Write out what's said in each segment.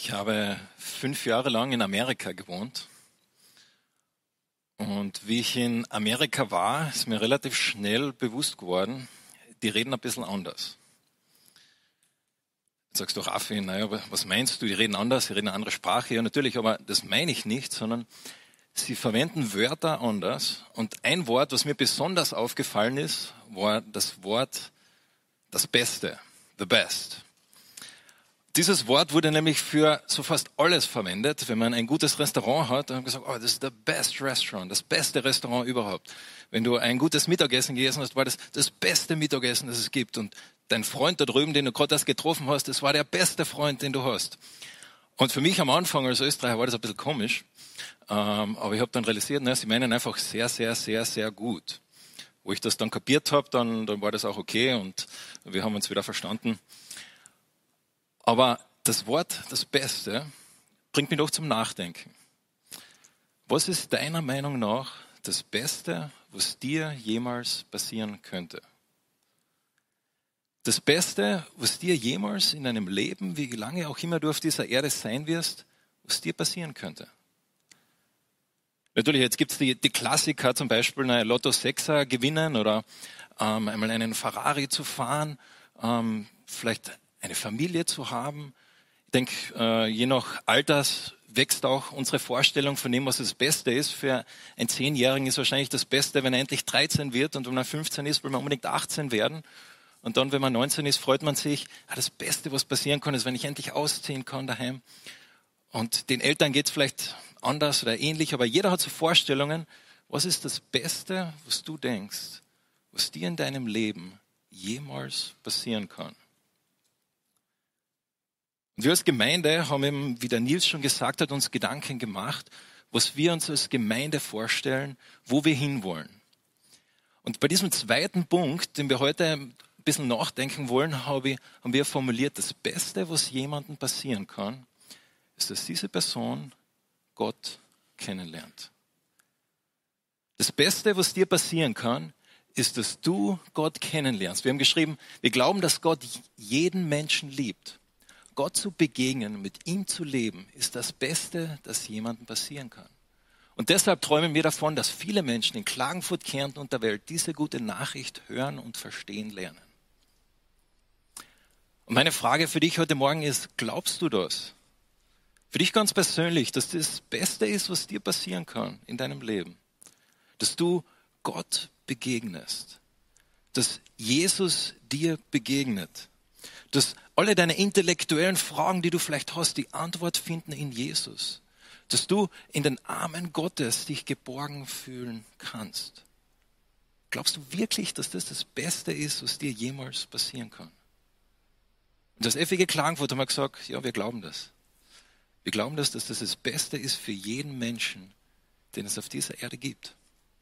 Ich habe 5 Jahre lang in Amerika gewohnt. Und wie ich in Amerika war, ist mir relativ schnell bewusst geworden, die reden ein bisschen anders. Jetzt sagst du, Raffi, naja, was meinst du, die reden anders, sie reden eine andere Sprache? Ja, natürlich, aber das meine ich nicht, sondern sie verwenden Wörter anders. Und ein Wort, was mir besonders aufgefallen ist, war das Wort das Beste, the best. Dieses Wort wurde nämlich für so fast alles verwendet. Wenn man ein gutes Restaurant hat, dann haben wir gesagt, oh, das ist the best restaurant, das beste Restaurant überhaupt. Wenn du ein gutes Mittagessen gegessen hast, war das beste Mittagessen, das es gibt. Und dein Freund da drüben, den du gerade erst getroffen hast, das war der beste Freund, den du hast. Und für mich am Anfang als Österreicher war das ein bisschen komisch. Aber ich habe dann realisiert, sie meinen einfach sehr, sehr, sehr, sehr gut. Wo ich das dann kapiert habe, dann war das auch okay und wir haben uns wieder verstanden. Aber das Wort, das Beste, bringt mich doch zum Nachdenken. Was ist deiner Meinung nach das Beste, was dir jemals passieren könnte? Das Beste, was dir jemals in deinem Leben, wie lange auch immer du auf dieser Erde sein wirst, was dir passieren könnte? Natürlich, jetzt gibt es die Klassiker, zum Beispiel eine Lotto-6er gewinnen oder einmal einen Ferrari zu fahren, vielleicht eine Familie zu haben. Ich denke, je nach Alters wächst auch unsere Vorstellung von dem, was das Beste ist. Für einen 10-Jährigen ist wahrscheinlich das Beste, wenn er endlich 13 wird, und wenn er 15 ist, will man unbedingt 18 werden. Und dann, wenn man 19 ist, freut man sich, das Beste, was passieren kann, ist, wenn ich endlich ausziehen kann daheim. Und den Eltern geht es vielleicht anders oder ähnlich, aber jeder hat so Vorstellungen, was ist das Beste, was du denkst, was dir in deinem Leben jemals passieren kann. Und wir als Gemeinde haben eben, wie der Nils schon gesagt hat, uns Gedanken gemacht, was wir uns als Gemeinde vorstellen, wo wir hinwollen. Und bei diesem zweiten Punkt, den wir heute ein bisschen nachdenken wollen, haben wir formuliert, das Beste, was jemandem passieren kann, ist, dass diese Person Gott kennenlernt. Das Beste, was dir passieren kann, ist, dass du Gott kennenlernst. Wir haben geschrieben, wir glauben, dass Gott jeden Menschen liebt. Gott zu begegnen, mit ihm zu leben, ist das Beste, das jemandem passieren kann. Und deshalb träumen wir davon, dass viele Menschen in Klagenfurt, Kärnten und der Welt diese gute Nachricht hören und verstehen lernen. Und meine Frage für dich heute Morgen ist, glaubst du das? Für dich ganz persönlich, dass das Beste ist, was dir passieren kann in deinem Leben. Dass du Gott begegnest. Dass Jesus dir begegnet. Dass alle deine intellektuellen Fragen, die du vielleicht hast, die Antwort finden in Jesus. Dass du in den Armen Gottes dich geborgen fühlen kannst. Glaubst du wirklich, dass das das Beste ist, was dir jemals passieren kann? Und das FEG Klagenfurt haben wir gesagt, ja, wir glauben das. Wir glauben, dass das Beste ist für jeden Menschen, den es auf dieser Erde gibt.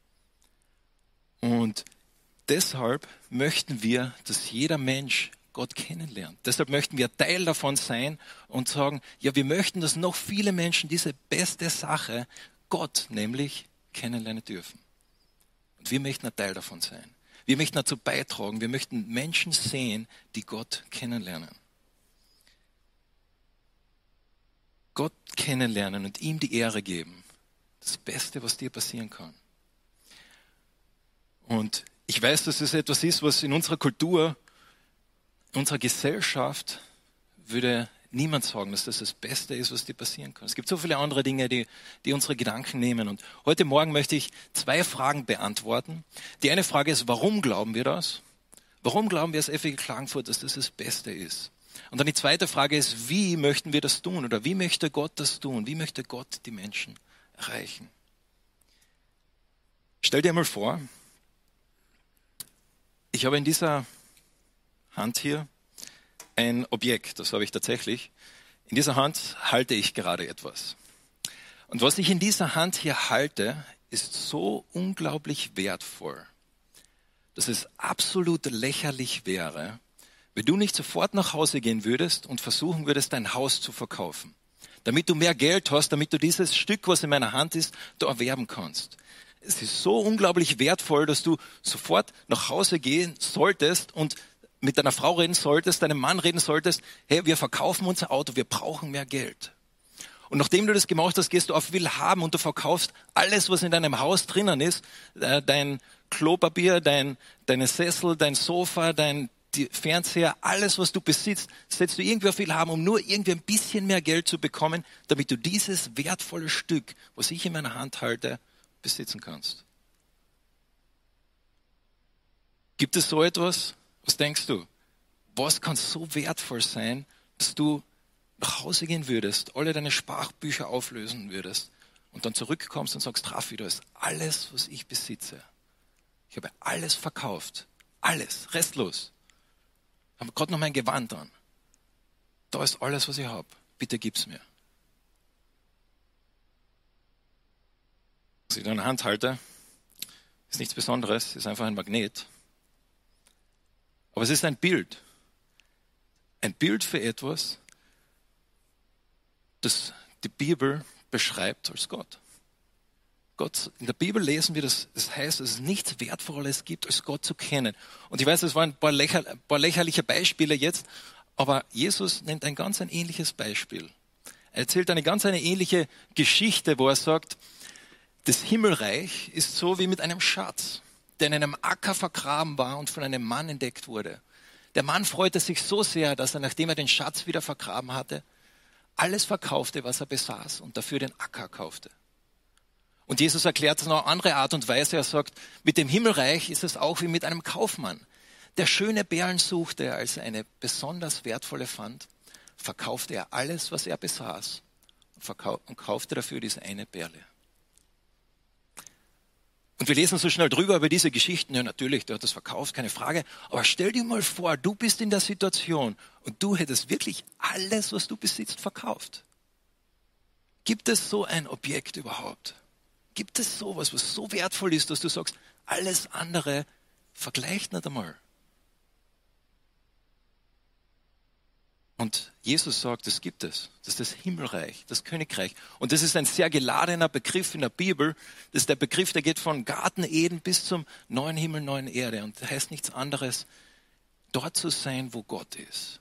Und deshalb möchten wir, dass jeder Mensch Gott kennenlernt. Deshalb möchten wir Teil davon sein und sagen, ja, wir möchten, dass noch viele Menschen diese beste Sache, Gott nämlich, kennenlernen dürfen. Und wir möchten ein Teil davon sein. Wir möchten dazu beitragen, wir möchten Menschen sehen, die Gott kennenlernen. Gott kennenlernen und ihm die Ehre geben. Das Beste, was dir passieren kann. Und ich weiß, dass es etwas ist, was in unserer Kultur, in unserer Gesellschaft würde niemand sagen, dass das das Beste ist, was dir passieren kann. Es gibt so viele andere Dinge, die unsere Gedanken nehmen. Und heute Morgen möchte ich 2 Fragen beantworten. Die eine Frage ist, warum glauben wir das? Warum glauben wir als FEG Klagenfurt, dass das das Beste ist? Und dann die zweite Frage ist, wie möchten wir das tun? Oder wie möchte Gott das tun? Wie möchte Gott die Menschen erreichen? Stell dir mal vor, ich habe in dieser Hand hier ein Objekt, das habe ich tatsächlich. In dieser Hand halte ich gerade etwas. Und was ich in dieser Hand hier halte, ist so unglaublich wertvoll, dass es absolut lächerlich wäre, wenn du nicht sofort nach Hause gehen würdest und versuchen würdest, dein Haus zu verkaufen. Damit du mehr Geld hast, damit du dieses Stück, was in meiner Hand ist, du erwerben kannst. Es ist so unglaublich wertvoll, dass du sofort nach Hause gehen solltest und mit deiner Frau reden solltest, deinem Mann reden solltest, hey, wir verkaufen unser Auto, wir brauchen mehr Geld. Und nachdem du das gemacht hast, gehst du auf Willhaben und du verkaufst alles, was in deinem Haus drinnen ist, dein Klopapier, deine Sessel, dein Sofa, die Fernseher, alles, was du besitzt, setzt du irgendwie auf Willhaben, um nur irgendwie ein bisschen mehr Geld zu bekommen, damit du dieses wertvolle Stück, was ich in meiner Hand halte, besitzen kannst. Gibt es so etwas? Was denkst du? Was kann so wertvoll sein, dass du nach Hause gehen würdest, alle deine Sprachbücher auflösen würdest und dann zurückkommst und sagst, Raffi, das ist alles, was ich besitze. Ich habe alles verkauft. Alles, restlos. Ich habe gerade noch mein Gewand an. Da ist alles, was ich habe. Bitte gib's mir. Was ich da in der Hand halte, ist nichts Besonderes, ist einfach ein Magnet. Aber es ist ein Bild. Ein Bild für etwas, das die Bibel beschreibt als Gott. Gott, in der Bibel lesen wir, das heißt, dass es nichts Wertvolleres gibt, als Gott zu kennen. Und ich weiß, das waren ein paar lächerliche Beispiele jetzt, aber Jesus nennt ein ganz ähnliches Beispiel. Er erzählt eine ganz ähnliche Geschichte, wo er sagt, das Himmelreich ist so wie mit einem Schatz, der in einem Acker vergraben war und von einem Mann entdeckt wurde. Der Mann freute sich so sehr, dass er, nachdem er den Schatz wieder vergraben hatte, alles verkaufte, was er besaß und dafür den Acker kaufte. Und Jesus erklärt es auf eine andere Art und Weise. Er sagt, mit dem Himmelreich ist es auch wie mit einem Kaufmann, der schöne Perlen suchte, als er eine besonders wertvolle fand, verkaufte er alles, was er besaß und kaufte dafür diese eine Perle. Und wir lesen so schnell drüber über diese Geschichten. Ja, natürlich, der hat das verkauft, keine Frage. Aber stell dir mal vor, du bist in der Situation und du hättest wirklich alles, was du besitzt, verkauft. Gibt es so ein Objekt überhaupt? Gibt es sowas, was so wertvoll ist, dass du sagst, alles andere vergleicht nicht einmal? Und Jesus sagt, das gibt es. Das ist das Himmelreich, das Königreich. Und das ist ein sehr geladener Begriff in der Bibel. Das ist der Begriff, der geht von Garten Eden bis zum neuen Himmel, neuen Erde. Und das heißt nichts anderes, dort zu sein, wo Gott ist.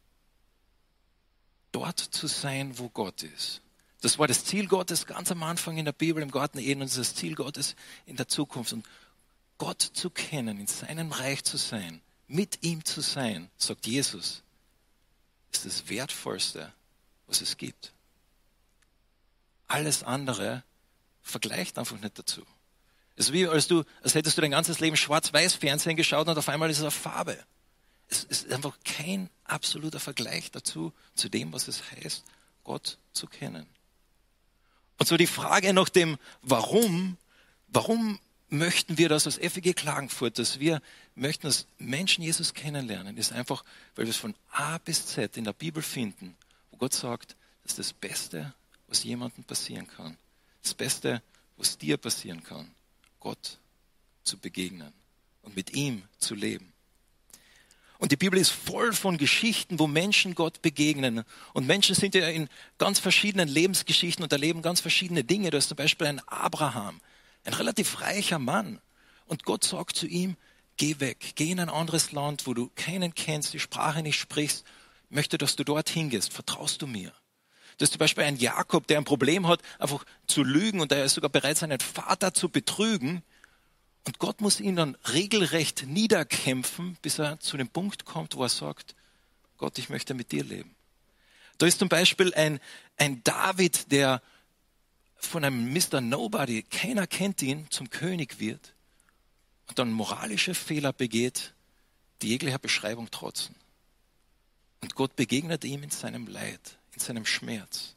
Dort zu sein, wo Gott ist. Das war das Ziel Gottes ganz am Anfang in der Bibel, im Garten Eden. Und das ist das Ziel Gottes in der Zukunft. Und Gott zu kennen, in seinem Reich zu sein, mit ihm zu sein, sagt Jesus, ist das Wertvollste, was es gibt. Alles andere vergleicht einfach nicht dazu. Es ist wie, als hättest du dein ganzes Leben Schwarz-Weiß-Fernsehen geschaut und auf einmal ist es auf Farbe. Es ist einfach kein absoluter Vergleich dazu, zu dem, was es heißt, Gott zu kennen. Und so die Frage nach dem Warum möchten wir das als FEG Klagenfurt, dass wir möchten, dass Menschen Jesus kennenlernen, ist einfach, weil wir es von A bis Z in der Bibel finden, wo Gott sagt, das ist das Beste, was jemandem passieren kann. Das Beste, was dir passieren kann, Gott zu begegnen und mit ihm zu leben. Und die Bibel ist voll von Geschichten, wo Menschen Gott begegnen. Und Menschen sind ja in ganz verschiedenen Lebensgeschichten und erleben ganz verschiedene Dinge. Da ist zum Beispiel ein Abraham, ein relativ reicher Mann. Und Gott sagt zu ihm, geh weg, geh in ein anderes Land, wo du keinen kennst, die Sprache nicht sprichst. Ich möchte, dass du dorthin gehst. Vertraust du mir? Das ist zum Beispiel ein Jakob, der ein Problem hat, einfach zu lügen und der ist sogar bereit, seinen Vater zu betrügen. Und Gott muss ihn dann regelrecht niederkämpfen, bis er zu dem Punkt kommt, wo er sagt, Gott, ich möchte mit dir leben. Da ist zum Beispiel ein David, der von einem Mr. Nobody, keiner kennt ihn, zum König wird und dann moralische Fehler begeht, die jeglicher Beschreibung trotzen. Und Gott begegnet ihm in seinem Leid, in seinem Schmerz.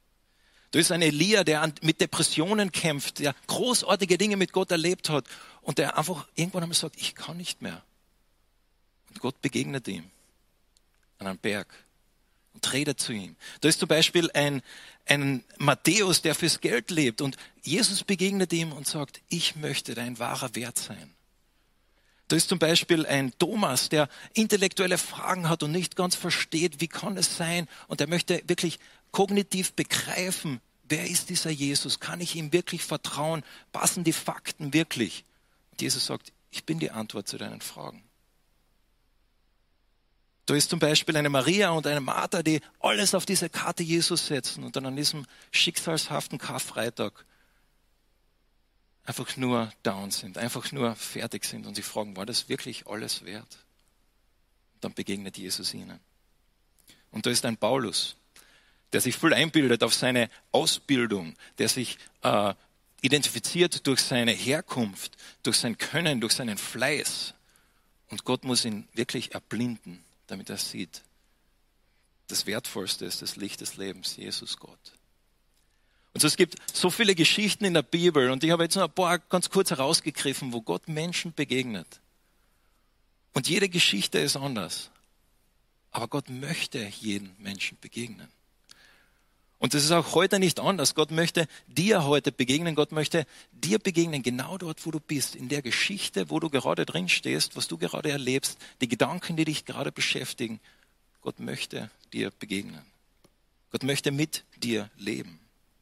Da ist ein Elia, der mit Depressionen kämpft, der großartige Dinge mit Gott erlebt hat und der einfach irgendwann einmal sagt, ich kann nicht mehr. Und Gott begegnet ihm an einem Berg und redet zu ihm. Da ist zum Beispiel ein Matthäus, der fürs Geld lebt und Jesus begegnet ihm und sagt, ich möchte dein wahrer Wert sein. Da ist zum Beispiel ein Thomas, der intellektuelle Fragen hat und nicht ganz versteht, wie kann es sein? Und er möchte wirklich kognitiv begreifen, wer ist dieser Jesus? Kann ich ihm wirklich vertrauen? Passen die Fakten wirklich? Und Jesus sagt, ich bin die Antwort zu deinen Fragen. Da ist zum Beispiel eine Maria und eine Martha, die alles auf diese Karte Jesus setzen und dann an diesem schicksalshaften Karfreitag einfach nur down sind, einfach nur fertig sind und sich fragen, war das wirklich alles wert? Und dann begegnet Jesus ihnen. Und da ist ein Paulus, der sich voll einbildet auf seine Ausbildung, der sich identifiziert durch seine Herkunft, durch sein Können, durch seinen Fleiß. Und Gott muss ihn wirklich erblinden, damit er sieht. Das Wertvollste ist das Licht des Lebens, Jesus Gott. Und so, es gibt so viele Geschichten in der Bibel und ich habe jetzt nur ein paar ganz kurz herausgegriffen, wo Gott Menschen begegnet. Und jede Geschichte ist anders. Aber Gott möchte jedem Menschen begegnen. Und das ist auch heute nicht anders. Gott möchte dir heute begegnen. Gott möchte dir begegnen, genau dort, wo du bist, in der Geschichte, wo du gerade drin stehst, was du gerade erlebst, die Gedanken, die dich gerade beschäftigen. Gott möchte dir begegnen. Gott möchte mit dir leben.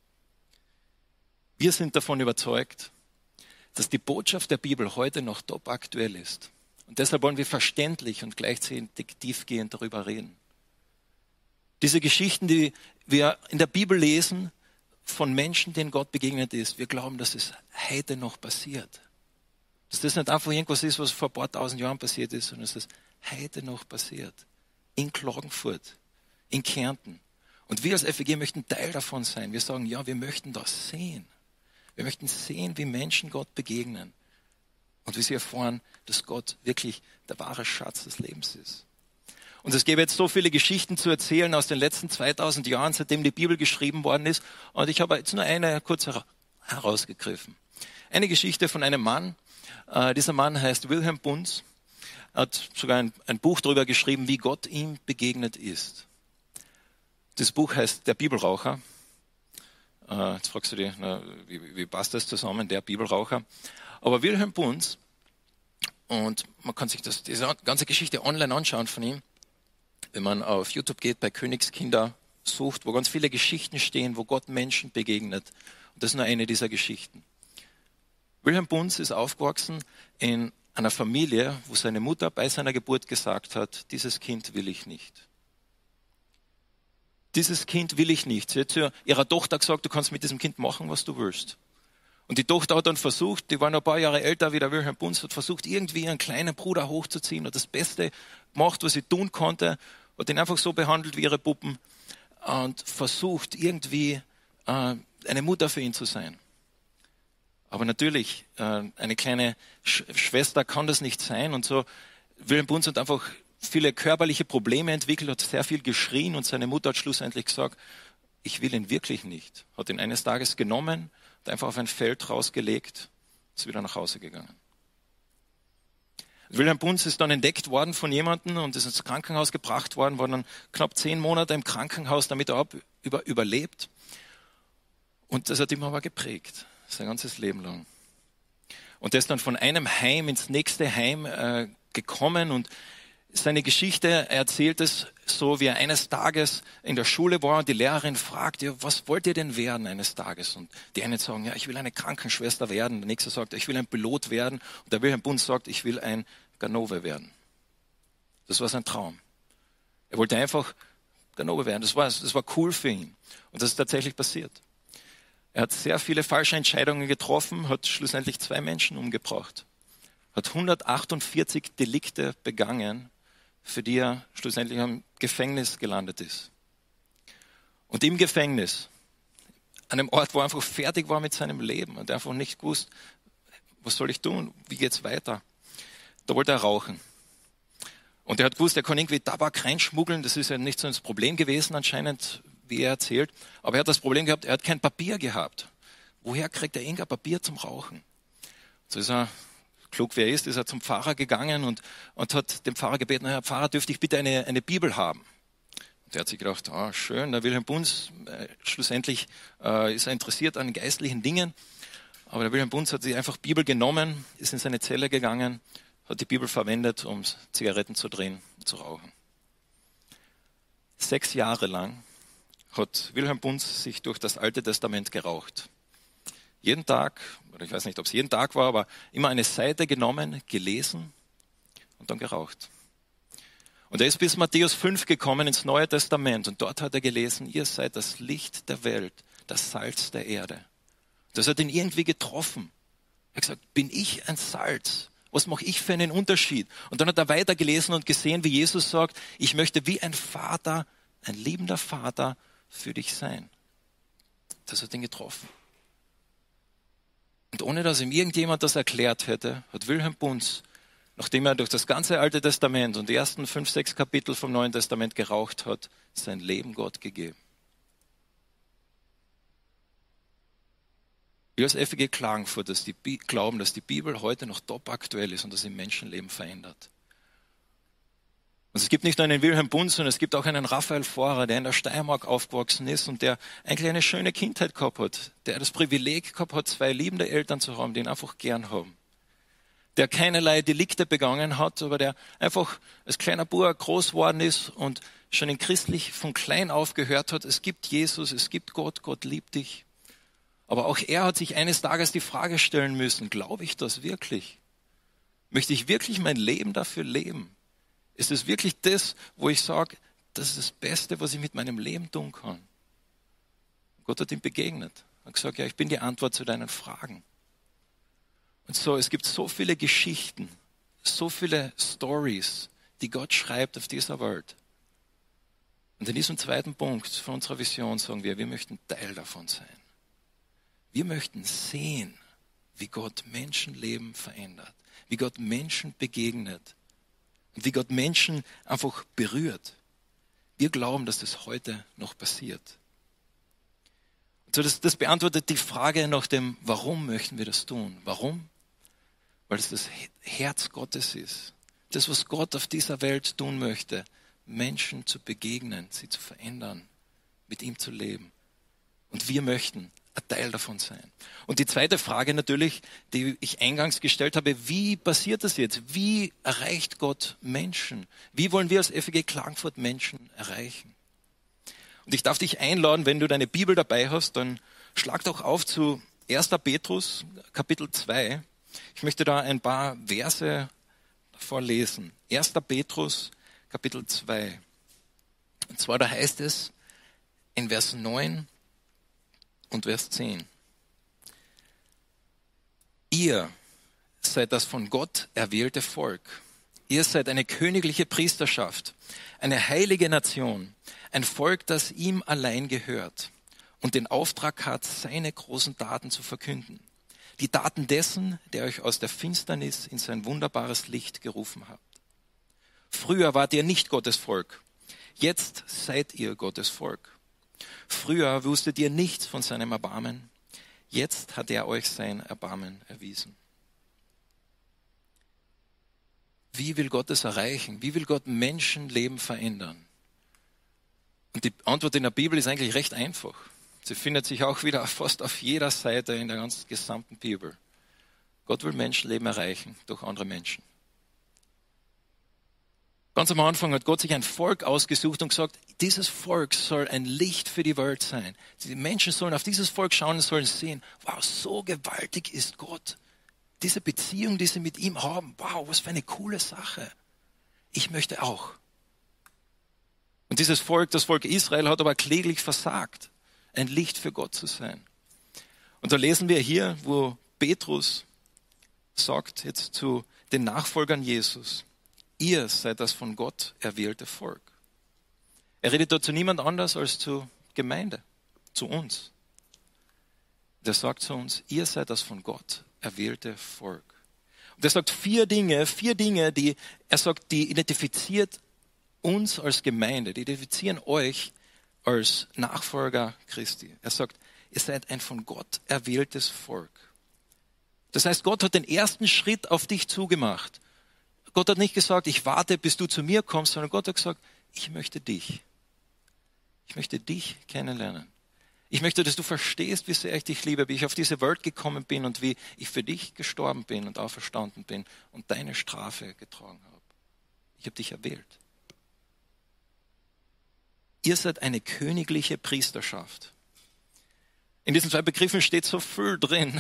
Wir sind davon überzeugt, dass die Botschaft der Bibel heute noch top aktuell ist. Und deshalb wollen wir verständlich und gleichzeitig tiefgehend darüber reden. Diese Geschichten, die wir in der Bibel lesen, von Menschen, denen Gott begegnet ist, wir glauben, dass es heute noch passiert. Dass das nicht einfach irgendwas ist, was vor ein paar tausend Jahren passiert ist, sondern dass es heute noch passiert. In Klagenfurt, in Kärnten. Und wir als FEG möchten Teil davon sein. Wir sagen, ja, wir möchten das sehen. Wir möchten sehen, wie Menschen Gott begegnen. Und wie sie erfahren, dass Gott wirklich der wahre Schatz des Lebens ist. Und es gäbe jetzt so viele Geschichten zu erzählen aus den letzten 2000 Jahren, seitdem die Bibel geschrieben worden ist. Und ich habe jetzt nur eine kurz herausgegriffen. Eine Geschichte von einem Mann. Dieser Mann heißt Wilhelm Bunz. Er hat sogar ein Buch darüber geschrieben, wie Gott ihm begegnet ist. Das Buch heißt Der Bibelraucher. Jetzt fragst du dich, wie passt das zusammen, der Bibelraucher? Aber Wilhelm Bunz, und man kann sich diese ganze Geschichte online anschauen von ihm, wenn man auf YouTube geht, bei Königskinder sucht, wo ganz viele Geschichten stehen, wo Gott Menschen begegnet. Und das ist nur eine dieser Geschichten. Wilhelm Bunz ist aufgewachsen in einer Familie, wo seine Mutter bei seiner Geburt gesagt hat, dieses Kind will ich nicht. Dieses Kind will ich nicht. Sie hat zu ihrer Tochter gesagt, du kannst mit diesem Kind machen, was du willst. Und die Tochter hat dann versucht, die war noch ein paar Jahre älter wie der Wilhelm Bunz, hat versucht, irgendwie ihren kleinen Bruder hochzuziehen, hat das Beste gemacht, was sie tun konnte, hat ihn einfach so behandelt wie ihre Puppen und versucht, irgendwie eine Mutter für ihn zu sein. Aber natürlich, eine kleine Schwester kann das nicht sein. Und so, Wilhelm Bunz hat einfach viele körperliche Probleme entwickelt, hat sehr viel geschrien und seine Mutter hat schlussendlich gesagt, ich will ihn wirklich nicht. Hat ihn eines Tages genommen, hat einfach auf ein Feld rausgelegt, ist wieder nach Hause gegangen. Wilhelm Bunz ist dann entdeckt worden von jemandem und ist ins Krankenhaus gebracht worden, war dann knapp 10 Monate im Krankenhaus, damit er überlebt. Und das hat ihn aber geprägt, sein ganzes Leben lang. Und er ist dann von einem Heim ins nächste Heim gekommen und seine Geschichte, er erzählt es so, wie er eines Tages in der Schule war und die Lehrerin fragt, ja, was wollt ihr denn werden eines Tages? Und die einen sagen, ja, ich will eine Krankenschwester werden. Der nächste sagt, ich will ein Pilot werden. Und der Wilhelm Bunz sagt, ich will ein Ganove werden. Das war sein Traum. Er wollte einfach Ganove werden. Das war cool für ihn. Und das ist tatsächlich passiert. Er hat sehr viele falsche Entscheidungen getroffen, hat schlussendlich 2 Menschen umgebracht, hat 148 Delikte begangen, für die er schlussendlich im Gefängnis gelandet ist. Und im Gefängnis, an einem Ort, wo er einfach fertig war mit seinem Leben und einfach nicht gewusst, was soll ich tun, wie geht's weiter, da wollte er rauchen. Und er hat gewusst, er kann irgendwie Tabak reinschmuggeln, das ist ja nicht so ein Problem gewesen anscheinend, wie er erzählt, aber er hat das Problem gehabt, er hat kein Papier gehabt. Woher kriegt er irgendein Papier zum Rauchen? So ist er, klug wie er ist er zum Pfarrer gegangen und hat dem Pfarrer gebeten, Herr Pfarrer, dürfte ich bitte eine Bibel haben? Und der hat sich gedacht, schön, der Wilhelm Bunz, schlussendlich ist er interessiert an geistlichen Dingen, aber der Wilhelm Bunz hat sich einfach Bibel genommen, ist in seine Zelle gegangen, hat die Bibel verwendet, um Zigaretten zu drehen und zu rauchen. 6 Jahre lang hat Wilhelm Bunz sich durch das Alte Testament geraucht. Jeden Tag, oder ich weiß nicht, ob es jeden Tag war, aber immer eine Seite genommen, gelesen und dann geraucht. Und er ist bis Matthäus 5 gekommen ins Neue Testament und dort hat er gelesen, ihr seid das Licht der Welt, das Salz der Erde. Das hat ihn irgendwie getroffen. Er hat gesagt, bin ich ein Salz? Was mache ich für einen Unterschied? Und dann hat er weitergelesen und gesehen, wie Jesus sagt, ich möchte wie ein Vater, ein liebender Vater für dich sein. Das hat ihn getroffen. Und ohne dass ihm irgendjemand das erklärt hätte, hat Wilhelm Bunz, nachdem er durch das ganze Alte Testament und die ersten 5, 6 Kapitel vom Neuen Testament geraucht hat, sein Leben Gott gegeben. Wir als FEG Klagenfurt, glauben, dass die Bibel heute noch top aktuell ist und das im Menschenleben verändert. Und es gibt nicht nur einen Wilhelm Bunz, sondern es gibt auch einen Raphael Forer, der in der Steiermark aufgewachsen ist und der eigentlich eine schöne Kindheit gehabt hat, der das Privileg gehabt hat, 2 liebende Eltern zu haben, die ihn einfach gern haben. Der keinerlei Delikte begangen hat, aber der einfach als kleiner Bub groß geworden ist und schon in christlich von klein auf gehört hat, es gibt Jesus, es gibt Gott, Gott liebt dich. Aber auch er hat sich eines Tages die Frage stellen müssen, glaube ich das wirklich? Möchte ich wirklich mein Leben dafür leben? Ist es wirklich das, wo ich sage, das ist das Beste, was ich mit meinem Leben tun kann? Gott hat ihm begegnet und gesagt, ja, ich bin die Antwort zu deinen Fragen. Und so, es gibt so viele Geschichten, so viele Stories, die Gott schreibt auf dieser Welt. Und in diesem zweiten Punkt von unserer Vision sagen wir möchten Teil davon sein. Wir möchten sehen, wie Gott Menschenleben verändert, wie Gott Menschen begegnet und wie Gott Menschen einfach berührt. Wir glauben, dass das heute noch passiert. Und so das beantwortet die Frage nach dem, warum möchten wir das tun? Warum? Weil es das Herz Gottes ist. Das, was Gott auf dieser Welt tun möchte, Menschen zu begegnen, sie zu verändern, mit ihm zu leben. Und wir möchten ein Teil davon sein. Und die zweite Frage natürlich, die ich eingangs gestellt habe, wie passiert das jetzt? Wie erreicht Gott Menschen? Wie wollen wir als FEG Klagenfurt Menschen erreichen? Und ich darf dich einladen, wenn du deine Bibel dabei hast, dann schlag doch auf zu 1. Petrus, Kapitel 2. Ich möchte da ein paar Verse vorlesen. 1. Petrus, Kapitel 2. Und zwar da heißt es in Vers 9 und Vers 10. Ihr seid das von Gott erwählte Volk. Ihr seid eine königliche Priesterschaft, eine heilige Nation, ein Volk, das ihm allein gehört und den Auftrag hat, seine großen Taten zu verkünden. Die Taten dessen, der euch aus der Finsternis in sein wunderbares Licht gerufen hat. Früher wart ihr nicht Gottes Volk, jetzt seid ihr Gottes Volk. Früher wusstet ihr nichts von seinem Erbarmen, jetzt hat er euch sein Erbarmen erwiesen. Wie will Gott es erreichen? Wie will Gott Menschenleben verändern? Und die Antwort in der Bibel ist eigentlich recht einfach. Sie findet sich auch wieder fast auf jeder Seite in der ganzen gesamten Bibel. Gott will Menschenleben erreichen durch andere Menschen. Ganz am Anfang hat Gott sich ein Volk ausgesucht und gesagt, dieses Volk soll ein Licht für die Welt sein. Die Menschen sollen auf dieses Volk schauen und sollen sehen, wow, so gewaltig ist Gott. Diese Beziehung, die sie mit ihm haben, wow, was für eine coole Sache. Ich möchte auch. Und dieses Volk, das Volk Israel, hat aber kläglich versagt, ein Licht für Gott zu sein. Und da lesen wir hier, wo Petrus sagt jetzt zu den Nachfolgern Jesus, ihr seid das von Gott erwählte Volk. Er redet dort zu niemand anders als zur Gemeinde, zu uns. Der sagt zu uns, ihr seid das von Gott erwählte Volk. Und er sagt vier Dinge, die er sagt, die identifiziert uns als Gemeinde, die identifizieren euch als Nachfolger Christi. Er sagt, ihr seid ein von Gott erwähltes Volk. Das heißt, Gott hat den ersten Schritt auf dich zugemacht. Gott hat nicht gesagt, ich warte, bis du zu mir kommst, sondern Gott hat gesagt, ich möchte dich. Ich möchte dich kennenlernen. Ich möchte, dass du verstehst, wie sehr ich dich liebe, wie ich auf diese Welt gekommen bin und wie ich für dich gestorben bin und auferstanden bin und deine Strafe getragen habe. Ich habe dich erwählt. Ihr seid eine königliche Priesterschaft. In diesen zwei Begriffen steht so viel drin.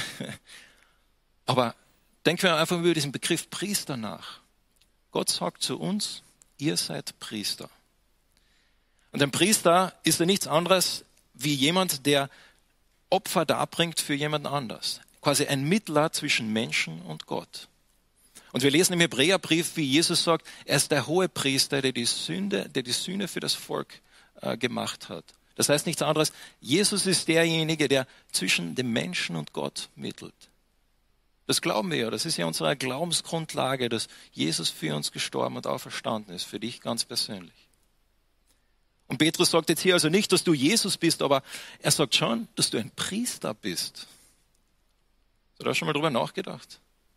Aber denken wir einfach über diesen Begriff Priester nach. Gott sagt zu uns, ihr seid Priester. Und ein Priester ist ja nichts anderes wie jemand, der Opfer darbringt für jemanden anders. Quasi ein Mittler zwischen Menschen und Gott. Und wir lesen im Hebräerbrief, wie Jesus sagt, er ist der hohe Priester, der die Sühne für das Volk gemacht hat. Das heißt nichts anderes, Jesus ist derjenige, der zwischen dem Menschen und Gott mittelt. Das glauben wir ja, das ist ja unsere Glaubensgrundlage, dass Jesus für uns gestorben und auferstanden ist, für dich ganz persönlich. Und Petrus sagt jetzt hier also nicht, dass du Jesus bist, aber er sagt schon, dass du ein Priester bist. Hast du da schon mal drüber nachgedacht?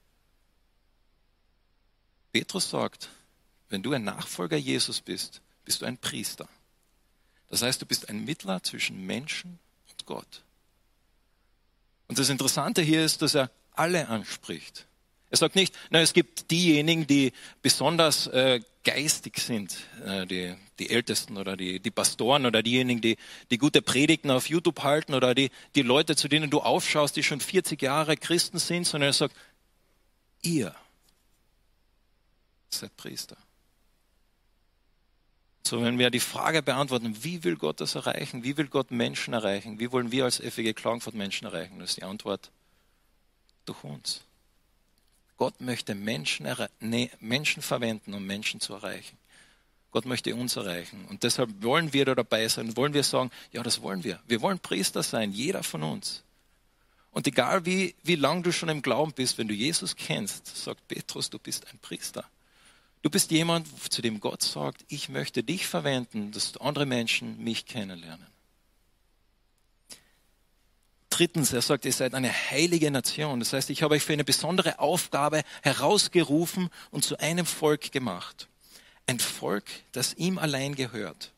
Petrus sagt, wenn du ein Nachfolger Jesus bist, bist du ein Priester. Das heißt, du bist ein Mittler zwischen Menschen und Gott. Und das Interessante hier ist, dass er alle anspricht. Er sagt nicht, es gibt diejenigen, die besonders geistig sind, die Ältesten oder die Pastoren oder diejenigen, die gute Predigten auf YouTube halten oder die Leute, zu denen du aufschaust, die schon 40 Jahre Christen sind, sondern er sagt, ihr seid Priester. So, wenn wir die Frage beantworten, wie will Gott das erreichen? Wie will Gott Menschen erreichen? Wie wollen wir als FEG Klagenfurt Menschen erreichen? Das ist die Antwort, durch uns. Gott möchte Menschen verwenden, um Menschen zu erreichen. Gott möchte uns erreichen. Und deshalb wollen wir da dabei sein, wollen wir sagen, ja, das wollen wir. Wir wollen Priester sein, jeder von uns. Und egal wie lang du schon im Glauben bist, wenn du Jesus kennst, sagt Petrus, du bist ein Priester. Du bist jemand, zu dem Gott sagt, ich möchte dich verwenden, dass andere Menschen mich kennenlernen. Drittens, er sagt, ihr seid eine heilige Nation. Das heißt, ich habe euch für eine besondere Aufgabe herausgerufen und zu einem Volk gemacht. Ein Volk, das ihm allein gehört.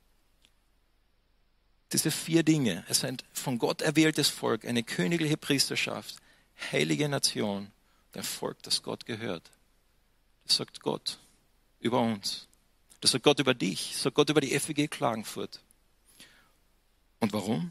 Diese 4 Dinge, es ist ein von Gott erwähltes Volk, eine königliche Priesterschaft, heilige Nation, ein Volk, das Gott gehört. Das sagt Gott über uns. Das sagt Gott über dich, das sagt Gott über die FEG Klagenfurt. Und warum?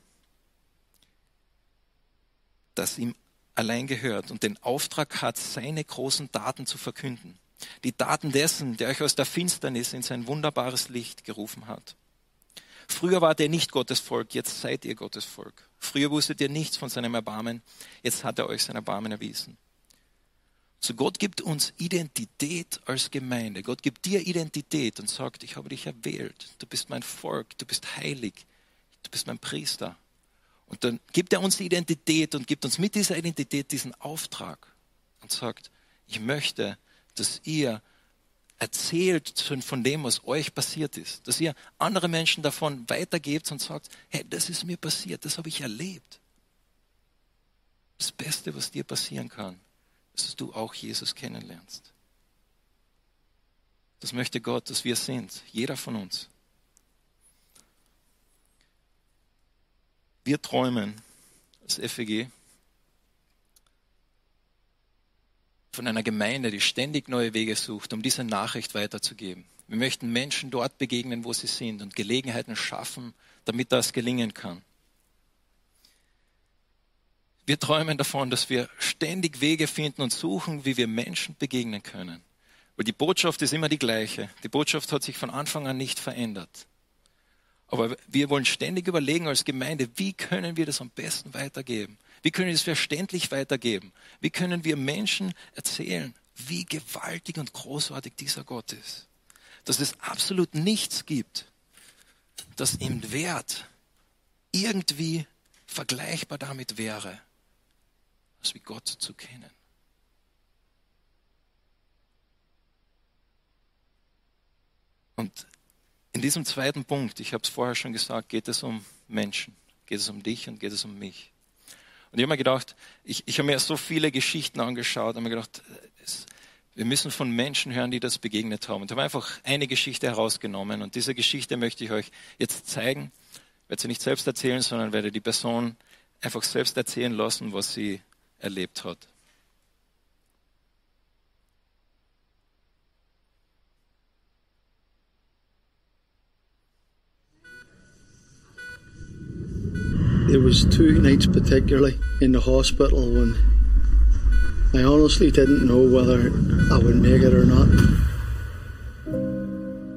Das ihm allein gehört und den Auftrag hat, seine großen Taten zu verkünden. Die Taten dessen, der euch aus der Finsternis in sein wunderbares Licht gerufen hat. Früher wart ihr nicht Gottes Volk, jetzt seid ihr Gottes Volk. Früher wusstet ihr nichts von seinem Erbarmen, jetzt hat er euch sein Erbarmen erwiesen. So Gott gibt uns Identität als Gemeinde. Gott gibt dir Identität und sagt, ich habe dich erwählt. Du bist mein Volk, du bist heilig, du bist mein Priester. Und dann gibt er uns die Identität und gibt uns mit dieser Identität diesen Auftrag und sagt, ich möchte, dass ihr erzählt von dem, was euch passiert ist. Dass ihr andere Menschen davon weitergebt und sagt, hey, das ist mir passiert, das habe ich erlebt. Das Beste, was dir passieren kann, ist, dass du auch Jesus kennenlernst. Das möchte Gott, dass wir sind, jeder von uns. Wir träumen als FEG von einer Gemeinde, die ständig neue Wege sucht, um diese Nachricht weiterzugeben. Wir möchten Menschen dort begegnen, wo sie sind und Gelegenheiten schaffen, damit das gelingen kann. Wir träumen davon, dass wir ständig Wege finden und suchen, wie wir Menschen begegnen können. Weil die Botschaft ist immer die gleiche. Die Botschaft hat sich von Anfang an nicht verändert. Aber wir wollen ständig überlegen als Gemeinde, wie können wir das am besten weitergeben? Wie können wir das verständlich weitergeben? Wie können wir Menschen erzählen, wie gewaltig und großartig dieser Gott ist? Dass es absolut nichts gibt, das im Wert irgendwie vergleichbar damit wäre, als wie Gott zu kennen. Und in diesem zweiten Punkt, ich habe es vorher schon gesagt, geht es um Menschen, geht es um dich und geht es um mich. Und ich habe mir gedacht, ich habe mir so viele Geschichten angeschaut und mir gedacht, wir müssen von Menschen hören, die das begegnet haben. Und ich habe einfach eine Geschichte herausgenommen und diese Geschichte möchte ich euch jetzt zeigen. Ich werde sie nicht selbst erzählen, sondern werde die Person einfach selbst erzählen lassen, was sie erlebt hat. There was 2 nights particularly in the hospital when I honestly didn't know whether I would make it or not.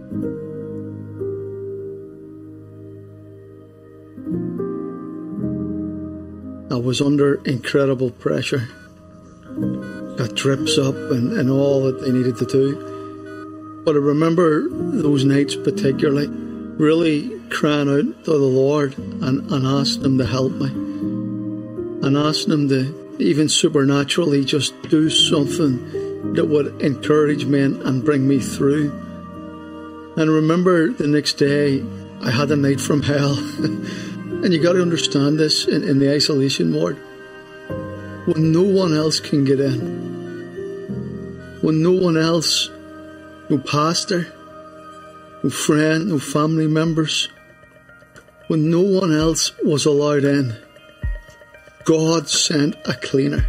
I was under incredible pressure. Got drips up and all that they needed to do. But I remember those nights particularly, really crying out to the Lord and asking Him to help me. And asking Him to even supernaturally just do something that would encourage me and bring me through. And I remember the next day, I had a night from hell. And you got to understand this in the isolation ward. When no one else can get in, when no one else, no pastor, no friend, no family members, when no one else was allowed in, God sent a cleaner.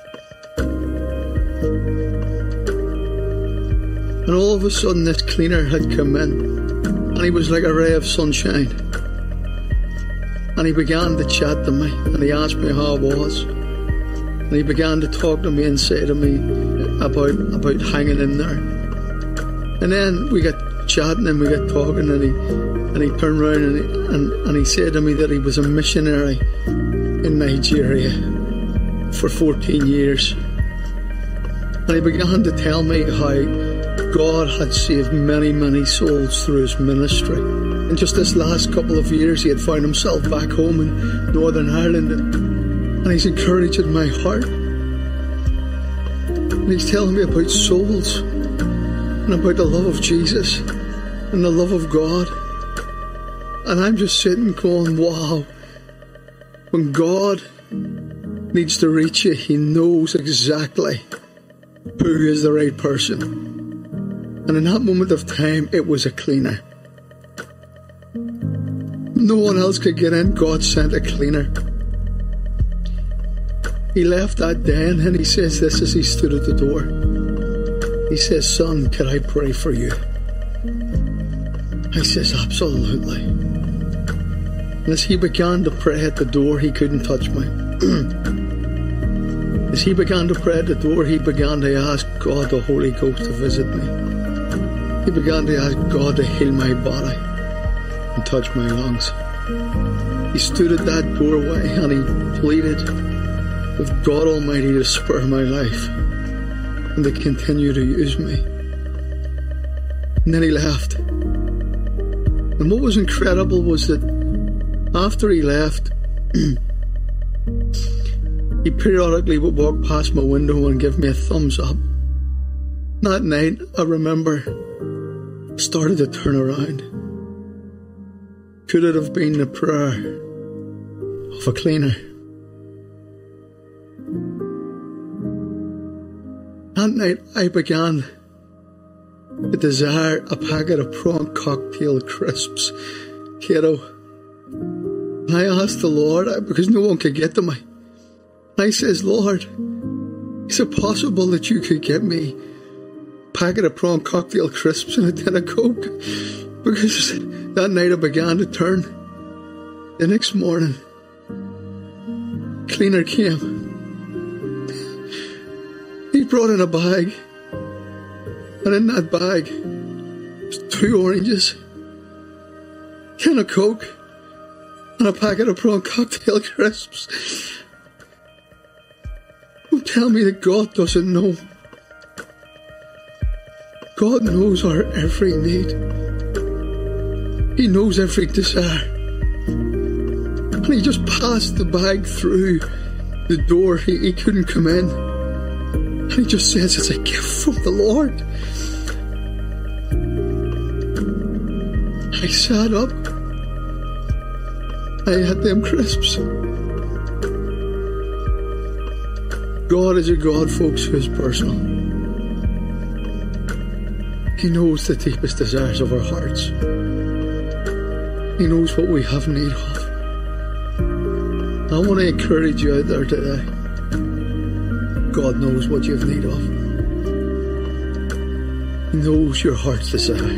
And all of a sudden this cleaner had come in, and he was like a ray of sunshine. And he began to chat to me, and he asked me how I was. And he began to talk to me and say to me about hanging in there. And then we got chatting and we got talking, and he turned around and he said to me that he was a missionary in Nigeria for 14 years. And he began to tell me how God had saved many, many souls through his ministry. And just this last couple of years, he had found himself back home in Northern Ireland, and he's encouraging my heart. And he's telling me about souls and about the love of Jesus and the love of God. And I'm just sitting going, wow. When God needs to reach you, He knows exactly who is the right person. And in that moment of time, it was a cleaner. No one else could get in. God sent a cleaner. He left that day and he says this as he stood at the door. He says, "Son, can I pray for you?" I says, "Absolutely." And as he began to pray at the door, he couldn't touch me. As he began to pray at the door, he began to ask God, the Holy Ghost, to visit me. He began to ask God to heal my body and touch my lungs. He stood at that doorway and he pleaded with God Almighty to spare my life and to continue to use me. And then he left. And what was incredible was that after he left, he periodically would walk past my window and give me a thumbs up. That night, I remember, started to turn around. Could it have been the prayer of a cleaner? That night, I began to desire a packet of prawn cocktail crisps, kiddo. And I asked the Lord, because no one could get to me. I says, "Lord, is it possible that you could get me a packet of prawn cocktail crisps and a tin of Coke?" Because that night I began to turn. The next morning, cleaner came. He brought in a bag, and in that bag was 2 oranges, a tin of Coke, and a packet of prawn cocktail crisps. Don't tell me that God doesn't know. God knows our every need. He knows every desire. And he just passed the bag through the door. He couldn't come in. And he just says, "It's a gift from the Lord." I sat up. I had them crisps. God is a God, folks, who is personal. He knows the deepest desires of our hearts. He knows what we have need of. I want to encourage you out there today. God knows what you have need of. He knows your heart's desire.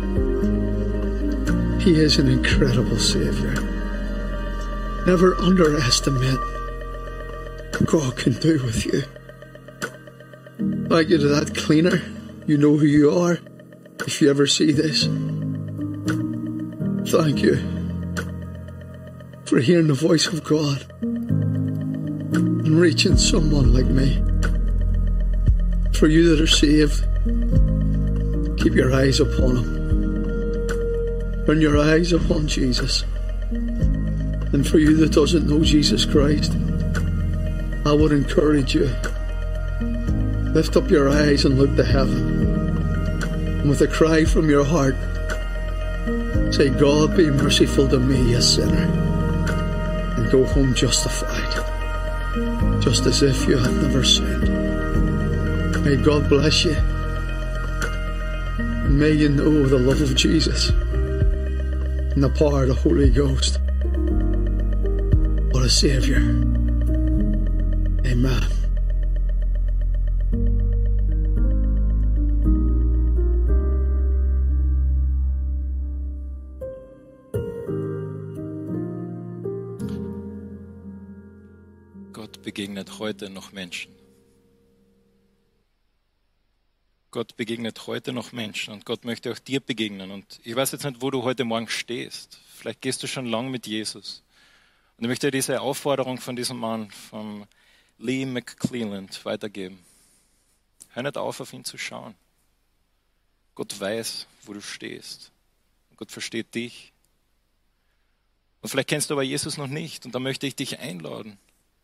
He is an incredible Savior. Never underestimate what God can do with you. Thank you to that cleaner. You know who you are. If you ever see this, thank you for hearing the voice of God in reaching someone like me. For you that are saved, keep your eyes upon him. Turn your eyes upon Jesus. And for you that doesn't know Jesus Christ, I would encourage you, lift up your eyes and look to heaven. And with a cry from your heart, say, God, be merciful to me, a sinner. And go home justified, just as if you have never sinned. May God bless you. And may you know the love of Jesus and the power of the Holy Ghost. What a Savior. Amen. Gott begegnet heute noch Menschen. Gott begegnet heute noch Menschen und Gott möchte auch dir begegnen. Und ich weiß jetzt nicht, wo du heute Morgen stehst. Vielleicht gehst du schon lang mit Jesus. Und ich möchte dir diese Aufforderung von diesem Mann, vom Lee McClelland, weitergeben. Hör nicht auf ihn zu schauen. Gott weiß, wo du stehst. Und Gott versteht dich. Und vielleicht kennst du aber Jesus noch nicht. Und da möchte ich dich einladen,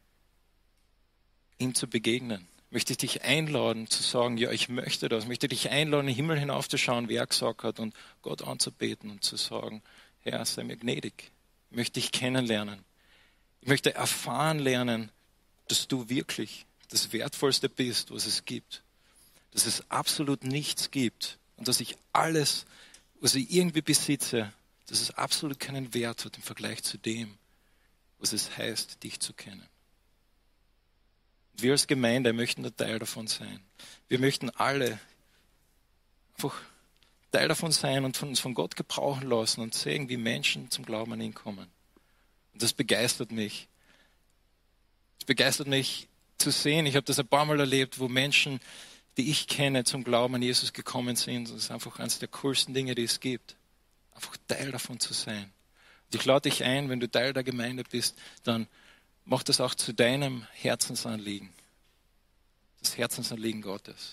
ihm zu begegnen. Möchte ich dich einladen zu sagen, ja, ich möchte das. Möchte dich einladen, in den Himmel hinaufzuschauen, wie er gesagt hat, und Gott anzubeten und zu sagen, Herr, sei mir gnädig. Ich möchte dich kennenlernen. Ich möchte erfahren lernen, dass du wirklich das Wertvollste bist, was es gibt. Dass es absolut nichts gibt und dass ich alles, was ich irgendwie besitze, dass es absolut keinen Wert hat im Vergleich zu dem, was es heißt, dich zu kennen. Wir als Gemeinde möchten ein Teil davon sein. Wir möchten alle einfach Teil davon sein und uns von Gott gebrauchen lassen und sehen, wie Menschen zum Glauben an ihn kommen. Und das begeistert mich. Es begeistert mich zu sehen. Ich habe das ein paar Mal erlebt, wo Menschen, die ich kenne, zum Glauben an Jesus gekommen sind. Das ist einfach eines der coolsten Dinge, die es gibt. Einfach Teil davon zu sein. Und ich lade dich ein, wenn du Teil der Gemeinde bist, dann mach das auch zu deinem Herzensanliegen. Das Herzensanliegen Gottes.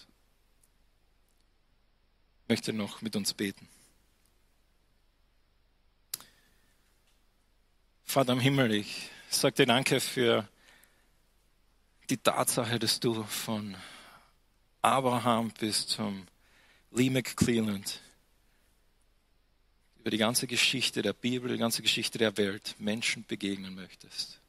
Ich möchte noch mit uns beten. Vater im Himmel, ich sage dir Danke für die Tatsache, dass du von Abraham bis zum Lee McClelland über die ganze Geschichte der Bibel, die ganze Geschichte der Welt Menschen begegnen möchtest.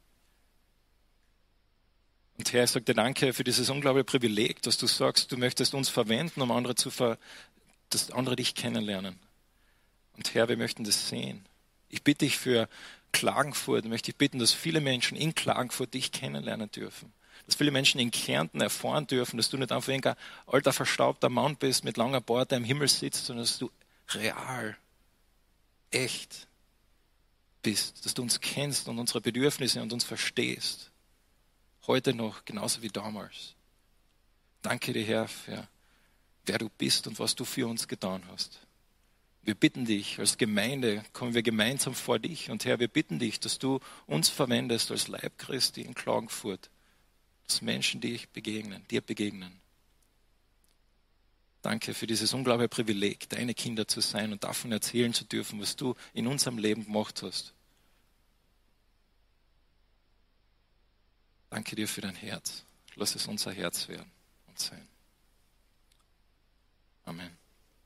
Und Herr, ich sage dir Danke für dieses unglaubliche Privileg, dass du sagst, du möchtest uns verwenden, um andere dass andere dich kennenlernen. Und Herr, wir möchten das sehen. Ich bitte dich für Klagenfurt, möchte ich bitten, dass viele Menschen in Klagenfurt dich kennenlernen dürfen. Dass viele Menschen in Kärnten erfahren dürfen, dass du nicht einfach ein alter, verstaubter Mann bist mit langer Bart, der im Himmel sitzt, sondern dass du real, echt bist. Dass du uns kennst und unsere Bedürfnisse und uns verstehst. Heute noch, genauso wie damals. Danke dir, Herr, für wer du bist und was du für uns getan hast. Wir bitten dich, als Gemeinde kommen wir gemeinsam vor dich. Und Herr, wir bitten dich, dass du uns verwendest als Leib Christi in Klagenfurt. Dass Menschen dir begegnen. Danke für dieses unglaubliche Privileg, deine Kinder zu sein und davon erzählen zu dürfen, was du in unserem Leben gemacht hast. Danke dir für dein Herz. Lass es unser Herz werden und sein.